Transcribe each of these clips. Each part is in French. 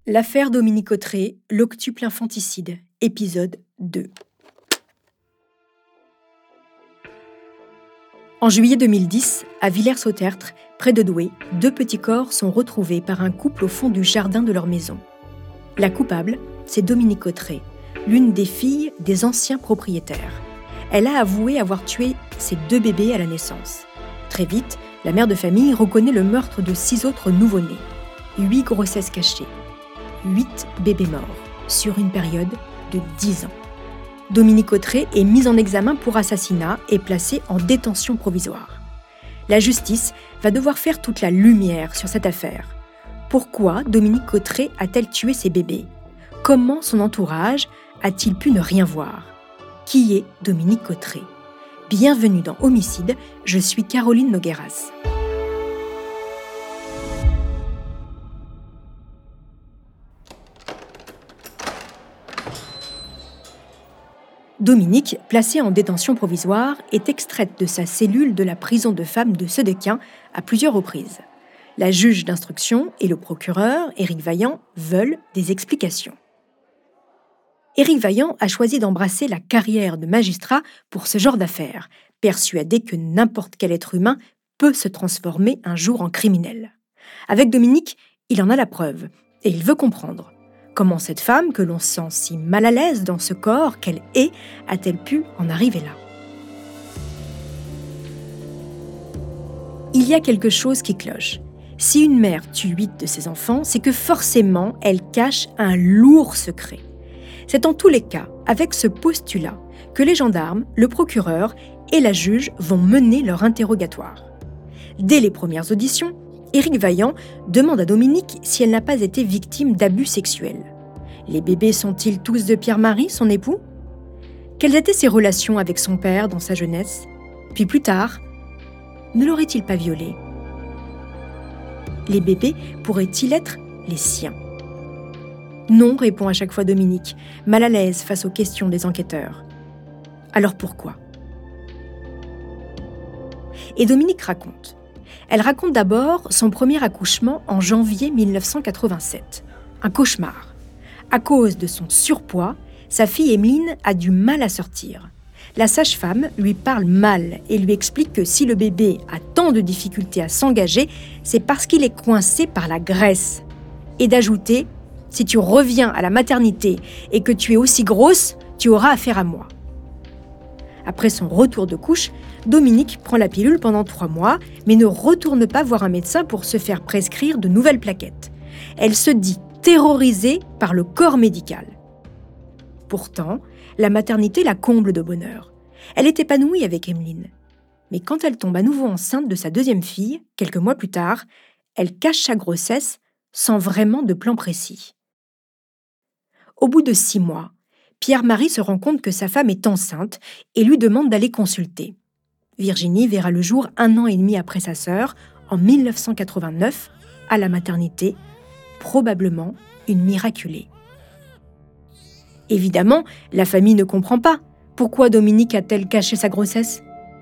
L'affaire Dominique Autré, l'octuple infanticide, épisode 2. En juillet 2010, à Villers-Sautertre, près de Douai, 2 petits corps sont retrouvés par un couple au fond du jardin de leur maison. La coupable, c'est Dominique Autré, l'une des filles des anciens propriétaires. Elle a avoué avoir tué ses 2 bébés à la naissance. Très vite, la mère de famille reconnaît le meurtre de 6 autres nouveau-nés. 8 grossesses cachées. 8 bébés morts, sur une période de 10 ans. Dominique Autré est mise en examen pour assassinat et placée en détention provisoire. La justice va devoir faire toute la lumière sur cette affaire. Pourquoi Dominique Autré a-t-elle tué ses bébés ? Comment son entourage a-t-il pu ne rien voir ? Qui est Dominique Autré ? Bienvenue dans Homicide, je suis Caroline Nogueras. Dominique, placée en détention provisoire, est extraite de sa cellule de la prison de femmes de Sedequim à plusieurs reprises. La juge d'instruction et le procureur, Éric Vaillant, veulent des explications. Éric Vaillant a choisi d'embrasser la carrière de magistrat pour ce genre d'affaires, persuadé que n'importe quel être humain peut se transformer un jour en criminel. Avec Dominique, il en a la preuve, et il veut comprendre. Comment cette femme, que l'on sent si mal à l'aise dans ce corps qu'elle est, a-t-elle pu en arriver là ? Il y a quelque chose qui cloche. Si une mère tue 8 de ses enfants, c'est que forcément, elle cache un lourd secret. C'est en tous les cas avec ce postulat que les gendarmes, le procureur et la juge vont mener leur interrogatoire. Dès les premières auditions, Éric Vaillant demande à Dominique si elle n'a pas été victime d'abus sexuels. Les bébés sont-ils tous de Pierre-Marie, son époux ? Quelles étaient ses relations avec son père dans sa jeunesse ? Puis plus tard, ne l'aurait-il pas violé ? Les bébés pourraient-ils être les siens ? Non, répond à chaque fois Dominique, mal à l'aise face aux questions des enquêteurs. Alors pourquoi ? Et Dominique raconte. Elle raconte d'abord son premier accouchement en janvier 1987. Un cauchemar. À cause de son surpoids, sa fille Emeline a du mal à sortir. La sage-femme lui parle mal et lui explique que si le bébé a tant de difficultés à s'engager, c'est parce qu'il est coincé par la graisse. Et d'ajouter « Si tu reviens à la maternité et que tu es aussi grosse, tu auras affaire à moi ». Après son retour de couche, Dominique prend la pilule pendant 3 mois, mais ne retourne pas voir un médecin pour se faire prescrire de nouvelles plaquettes. Elle se dit terrorisée par le corps médical. Pourtant, la maternité la comble de bonheur. Elle est épanouie avec Emeline. Mais quand elle tombe à nouveau enceinte de sa 2e fille, quelques mois plus tard, elle cache sa grossesse sans vraiment de plan précis. Au bout de 6 mois, Pierre-Marie se rend compte que sa femme est enceinte et lui demande d'aller consulter. Virginie verra le jour 1 an et demi après sa sœur, en 1989, à la maternité, probablement une miraculée. Évidemment, la famille ne comprend pas. Pourquoi Dominique a-t-elle caché sa grossesse ?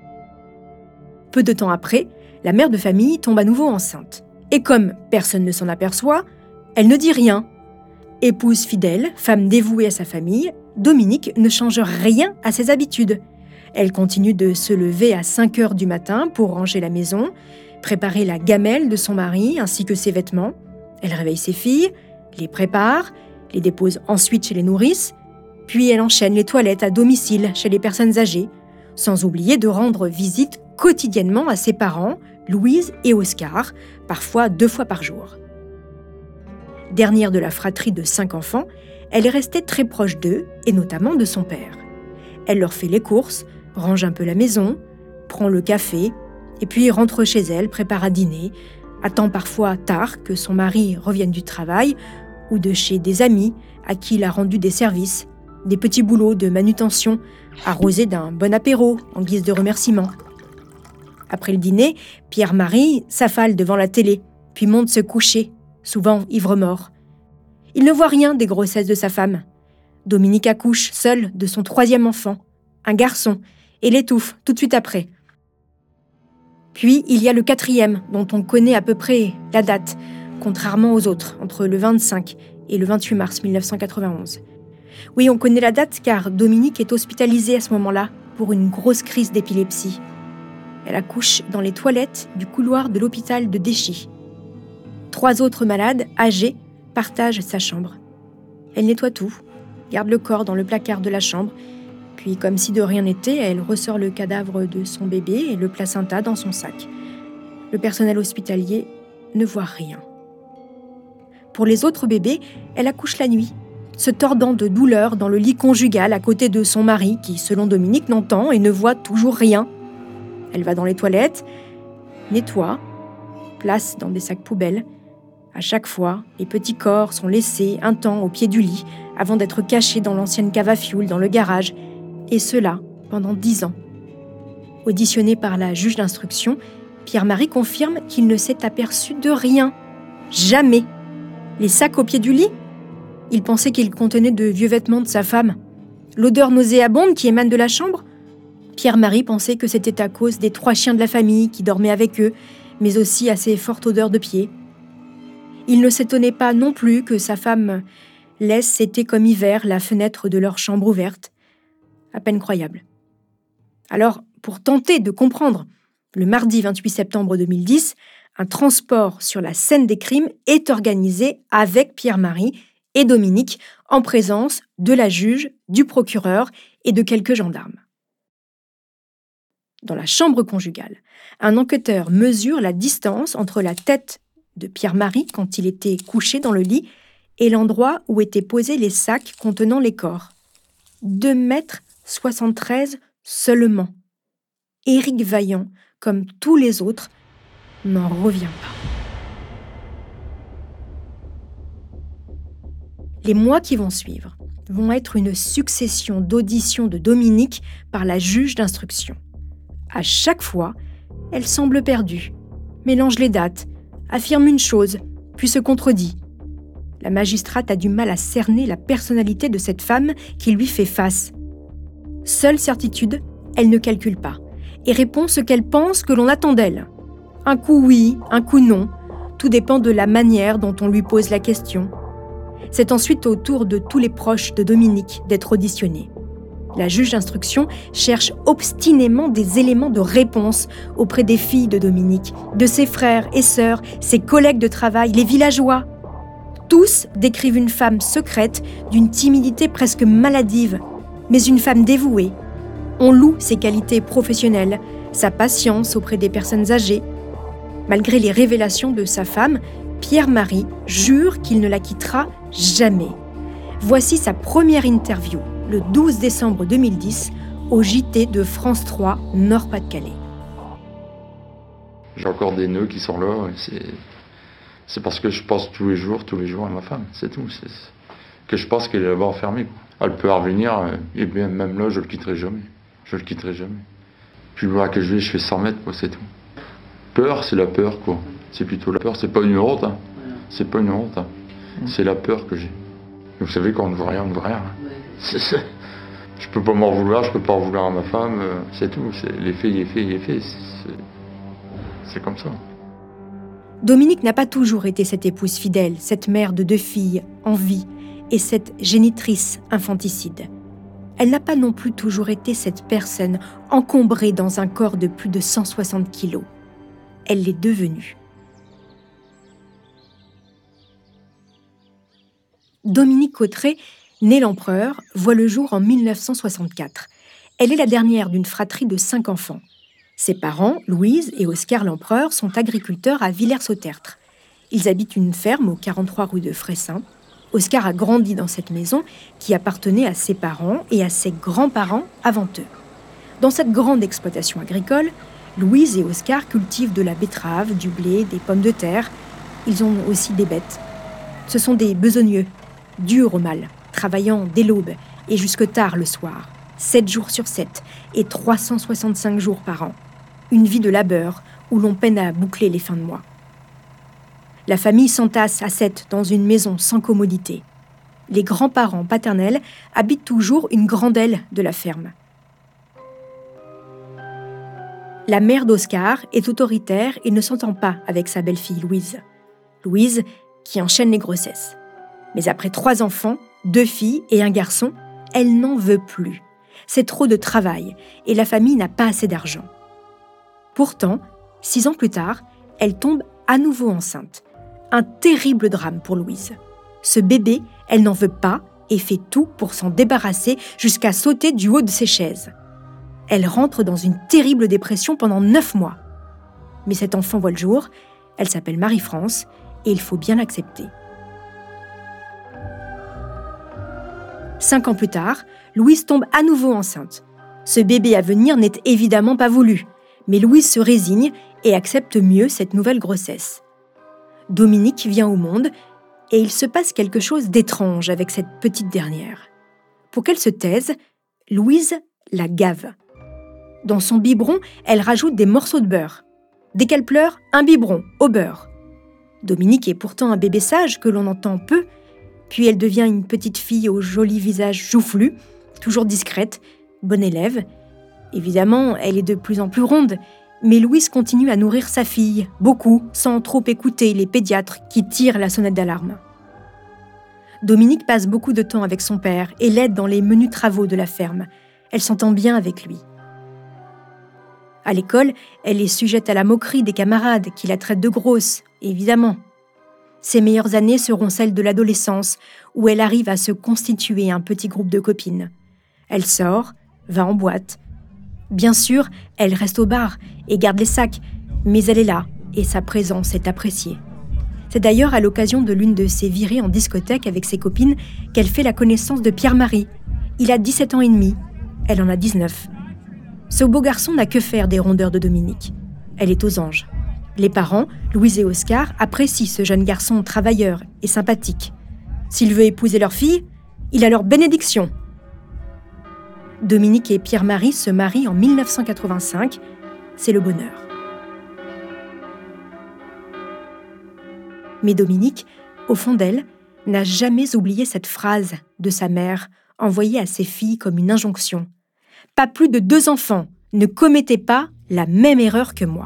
Peu de temps après, la mère de famille tombe à nouveau enceinte. Et comme personne ne s'en aperçoit, elle ne dit rien. Épouse fidèle, femme dévouée à sa famille, Dominique ne change rien à ses habitudes. Elle continue de se lever à 5 heures du matin pour ranger la maison, préparer la gamelle de son mari ainsi que ses vêtements. Elle réveille ses filles, les prépare, les dépose ensuite chez les nourrices, puis elle enchaîne les toilettes à domicile chez les personnes âgées, sans oublier de rendre visite quotidiennement à ses parents, Louise et Oscar, parfois 2 fois par jour. Dernière de la fratrie de 5 enfants, elle est restée très proche d'eux, et notamment de son père. Elle leur fait les courses, range un peu la maison, prend le café, et puis rentre chez elle, prépare à dîner, attend parfois tard que son mari revienne du travail ou de chez des amis à qui il a rendu des services, des petits boulots de manutention, arrosés d'un bon apéro en guise de remerciement. Après le dîner, Pierre-Marie s'affale devant la télé, puis monte se coucher, souvent ivre-mort. Il ne voit rien des grossesses de sa femme. Dominique accouche seule de son 3e enfant, un garçon, et l'étouffe tout de suite après. Puis il y a le 4e, dont on connaît à peu près la date, contrairement aux autres, entre le 25 et le 28 mars 1991. Oui, on connaît la date car Dominique est hospitalisée à ce moment-là pour une grosse crise d'épilepsie. Elle accouche dans les toilettes du couloir de l'hôpital de Déchy. 3 autres malades, âgés, partagent sa chambre. Elle nettoie tout, garde le corps dans le placard de la chambre, puis comme si de rien n'était, elle ressort le cadavre de son bébé et le placenta dans son sac. Le personnel hospitalier ne voit rien. Pour les autres bébés, elle accouche la nuit, se tordant de douleur dans le lit conjugal à côté de son mari qui, selon Dominique, n'entend et ne voit toujours rien. Elle va dans les toilettes, nettoie, place dans des sacs poubelles. À chaque fois, les petits corps sont laissés un temps au pied du lit avant d'être cachés dans l'ancienne cave à fioul dans le garage, et cela pendant 10 ans. Auditionné par la juge d'instruction, Pierre-Marie confirme qu'il ne s'est aperçu de rien. Jamais. Les sacs au pied du lit ? Il pensait qu'ils contenaient de vieux vêtements de sa femme. L'odeur nauséabonde qui émane de la chambre ? Pierre-Marie pensait que c'était à cause des 3 chiens de la famille qui dormaient avec eux, mais aussi à ces fortes odeurs de pieds. Il ne s'étonnait pas non plus que sa femme laisse été comme hiver la fenêtre de leur chambre ouverte. À peine croyable. Alors, pour tenter de comprendre, le mardi 28 septembre 2010, un transport sur la scène des crimes est organisé avec Pierre-Marie et Dominique en présence de la juge, du procureur et de quelques gendarmes. Dans la chambre conjugale, un enquêteur mesure la distance entre la tête de Pierre-Marie quand il était couché dans le lit et l'endroit où étaient posés les sacs contenant les corps. 2,73 m seulement. Éric Vaillant, comme tous les autres, n'en revient pas. Les mois qui vont suivre vont être une succession d'auditions de Dominique par la juge d'instruction. À chaque fois, elle semble perdue, mélange les dates, affirme une chose, puis se contredit. La magistrate a du mal à cerner la personnalité de cette femme qui lui fait face. Seule certitude, elle ne calcule pas et répond ce qu'elle pense que l'on attend d'elle. Un coup oui, un coup non, tout dépend de la manière dont on lui pose la question. C'est ensuite au tour de tous les proches de Dominique d'être auditionnés. La juge d'instruction cherche obstinément des éléments de réponse auprès des filles de Dominique, de ses frères et sœurs, ses collègues de travail, les villageois. Tous décrivent une femme secrète, d'une timidité presque maladive, mais une femme dévouée. On loue ses qualités professionnelles, sa patience auprès des personnes âgées. Malgré les révélations de sa femme, Pierre-Marie jure qu'il ne la quittera jamais. Voici sa première interview, le 12 décembre 2010, au JT de France 3, Nord-Pas-de-Calais. J'ai encore des nœuds qui sont là. C'est parce que je pense tous les jours à ma femme, c'est tout. C'est que je pense qu'elle est là-bas enfermée. Elle peut revenir, et bien même là, je le quitterai jamais. Je le quitterai jamais. Puis là que je fais 100 mètres, quoi, c'est tout. Peur, c'est la peur, quoi. C'est plutôt la peur, c'est pas une honte, hein. C'est pas une honte, hein. C'est la peur que j'ai. Vous savez, quand on ne voit rien, on ne voit rien. Hein. Je peux pas m'en vouloir, je peux pas en vouloir à ma femme, c'est tout. Les faits, il est fait. C'est comme ça. Dominique n'a pas toujours été cette épouse fidèle, cette mère de 2 filles en vie et cette génitrice infanticide. Elle n'a pas non plus toujours été cette personne encombrée dans un corps de plus de 160 kilos. Elle l'est devenue. Dominique Cauterets, née L'Empereur, voit le jour en 1964. Elle est la dernière d'une fratrie de 5 enfants. Ses parents, Louise et Oscar L'Empereur, sont agriculteurs à Villers-Sautertre. Ils habitent une ferme au 43 rue de Fressin. Oscar a grandi dans cette maison qui appartenait à ses parents et à ses grands-parents avant eux. Dans cette grande exploitation agricole, Louise et Oscar cultivent de la betterave, du blé, des pommes de terre. Ils ont aussi des bêtes. Ce sont des besogneux, durs au mal, travaillant dès l'aube et jusque tard le soir, 7 jours sur 7 et 365 jours par an. Une vie de labeur où l'on peine à boucler les fins de mois. La famille s'entasse à 7 dans une maison sans commodité. Les grands-parents paternels habitent toujours une grande aile de la ferme. La mère d'Oscar est autoritaire et ne s'entend pas avec sa belle-fille Louise. Louise qui enchaîne les grossesses. Mais après 3 enfants, 2 filles et un garçon, elle n'en veut plus. C'est trop de travail et la famille n'a pas assez d'argent. Pourtant, 6 ans plus tard, elle tombe à nouveau enceinte. Un terrible drame pour Louise. Ce bébé, elle n'en veut pas et fait tout pour s'en débarrasser jusqu'à sauter du haut de ses chaises. Elle rentre dans une terrible dépression pendant 9 mois. Mais cet enfant voit le jour, elle s'appelle Marie-France et il faut bien l'accepter. 5 ans plus tard, Louise tombe à nouveau enceinte. Ce bébé à venir n'est évidemment pas voulu, mais Louise se résigne et accepte mieux cette nouvelle grossesse. Dominique vient au monde et il se passe quelque chose d'étrange avec cette petite dernière. Pour qu'elle se taise, Louise la gave. Dans son biberon, elle rajoute des morceaux de beurre. Dès qu'elle pleure, un biberon au beurre. Dominique est pourtant un bébé sage que l'on entend peu, puis elle devient une petite fille au joli visage joufflu, toujours discrète, bonne élève. Évidemment, elle est de plus en plus ronde, mais Louise continue à nourrir sa fille, beaucoup, sans trop écouter les pédiatres qui tirent la sonnette d'alarme. Dominique passe beaucoup de temps avec son père et l'aide dans les menus travaux de la ferme. Elle s'entend bien avec lui. À l'école, elle est sujette à la moquerie des camarades qui la traitent de grosse, évidemment. Ses meilleures années seront celles de l'adolescence, où elle arrive à se constituer un petit groupe de copines. Elle sort, va en boîte. Bien sûr, elle reste au bar et garde les sacs, mais elle est là et sa présence est appréciée. C'est d'ailleurs à l'occasion de l'une de ses virées en discothèque avec ses copines qu'elle fait la connaissance de Pierre-Marie. Il a 17 ans et demi, elle en a 19. Ce beau garçon n'a que faire des rondeurs de Dominique. Elle est aux anges. Les parents, Louise et Oscar, apprécient ce jeune garçon travailleur et sympathique. S'il veut épouser leur fille, il a leur bénédiction. Dominique et Pierre-Marie se marient en 1985. C'est le bonheur. Mais Dominique, au fond d'elle, n'a jamais oublié cette phrase de sa mère, envoyée à ses filles comme une injonction. « Pas plus de 2 enfants, ne commettez pas la même erreur que moi. »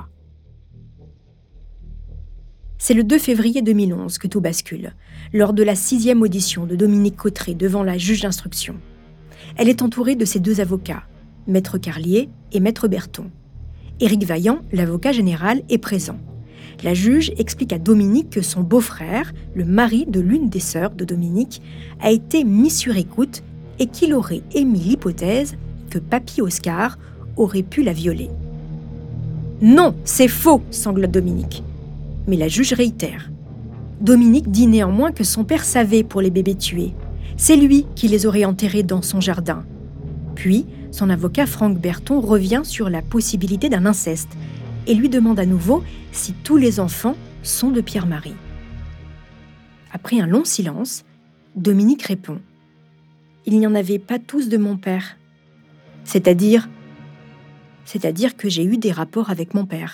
C'est le 2 février 2011 que tout bascule, lors de la 6e audition de Dominique Cauterets devant la juge d'instruction. Elle est entourée de ses 2 avocats, Maître Carlier et Maître Berton. Éric Vaillant, l'avocat général, est présent. La juge explique à Dominique que son beau-frère, le mari de l'une des sœurs de Dominique, a été mis sur écoute et qu'il aurait émis l'hypothèse que Papy Oscar aurait pu la violer. « Non, c'est faux !» sanglote Dominique. Mais la juge réitère. Dominique dit néanmoins que son père savait pour les bébés tués. C'est lui qui les aurait enterrés dans son jardin. Puis, son avocat Franck Berton revient sur la possibilité d'un inceste et lui demande à nouveau si tous les enfants sont de Pierre-Marie. Après un long silence, Dominique répond « Il n'y en avait pas tous de mon père. C'est-à-dire que j'ai eu des rapports avec mon père. »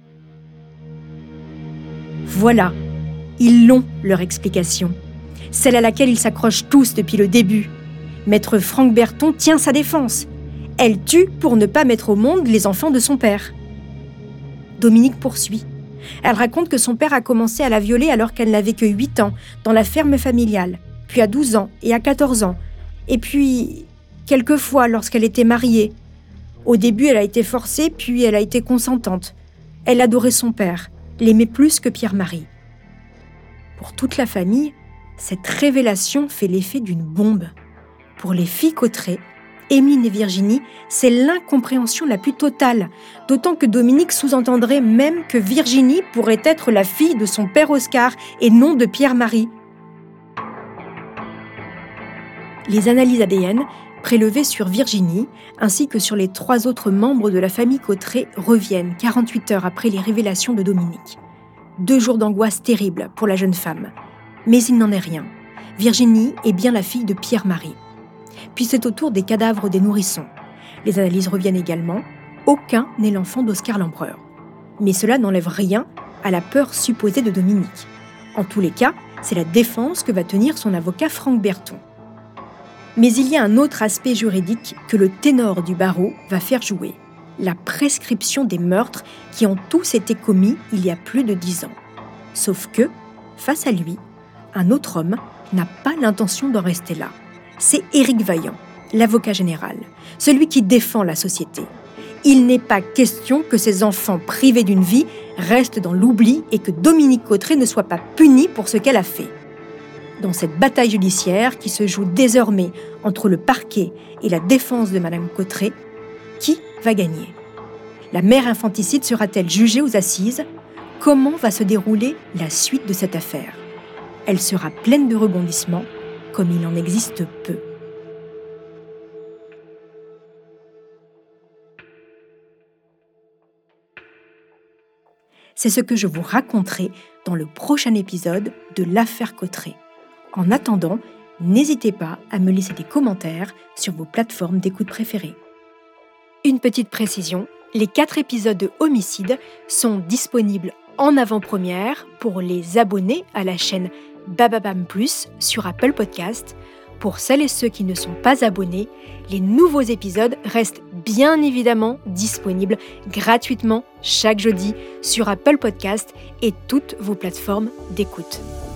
Voilà, ils l'ont, leur explication. Celle à laquelle ils s'accrochent tous depuis le début. Maître Franck Berton tient sa défense. Elle tue pour ne pas mettre au monde les enfants de son père. Dominique poursuit. Elle raconte que son père a commencé à la violer alors qu'elle n'avait que 8 ans, dans la ferme familiale, puis à 12 ans et à 14 ans, et puis quelquefois lorsqu'elle était mariée. Au début, elle a été forcée, puis elle a été consentante. Elle adorait son père, l'aimait plus que Pierre-Marie. Pour toute la famille, cette révélation fait l'effet d'une bombe. Pour les filles Cauterets, Émeline et Virginie, c'est l'incompréhension la plus totale, d'autant que Dominique sous-entendrait même que Virginie pourrait être la fille de son père Oscar et non de Pierre-Marie. Les analyses ADN prélevées sur Virginie, ainsi que sur les 3 autres membres de la famille Cauterets, reviennent 48 heures après les révélations de Dominique. 2 jours d'angoisse terrible pour la jeune femme. Mais il n'en est rien. Virginie est bien la fille de Pierre-Marie. Puis c'est au tour des cadavres des nourrissons. Les analyses reviennent également. Aucun n'est l'enfant d'Oscar l'Empereur. Mais cela n'enlève rien à la peur supposée de Dominique. En tous les cas, c'est la défense que va tenir son avocat Franck Berton. Mais il y a un autre aspect juridique que le ténor du barreau va faire jouer. La prescription des meurtres qui ont tous été commis il y a plus de 10 ans. Sauf que, face à lui, un autre homme n'a pas l'intention d'en rester là. C'est Éric Vaillant, l'avocat général, celui qui défend la société. Il n'est pas question que ces enfants privés d'une vie restent dans l'oubli et que Dominique Cotterêts ne soit pas punie pour ce qu'elle a fait. Dans cette bataille judiciaire qui se joue désormais entre le parquet et la défense de Madame Cotterêts, qui va gagner ? La mère infanticide sera-t-elle jugée aux assises ? Comment va se dérouler la suite de cette affaire ? Elle sera pleine de rebondissements, comme il en existe peu. C'est ce que je vous raconterai dans le prochain épisode de l'affaire Cotterêts. En attendant, n'hésitez pas à me laisser des commentaires sur vos plateformes d'écoute préférées. Une petite précision, les 4 épisodes de Homicide sont disponibles en avant-première pour les abonnés à la chaîne Bababam Plus sur Apple Podcast. Pour celles et ceux qui ne sont pas abonnés, les nouveaux épisodes restent bien évidemment disponibles gratuitement chaque jeudi sur Apple Podcast et toutes vos plateformes d'écoute.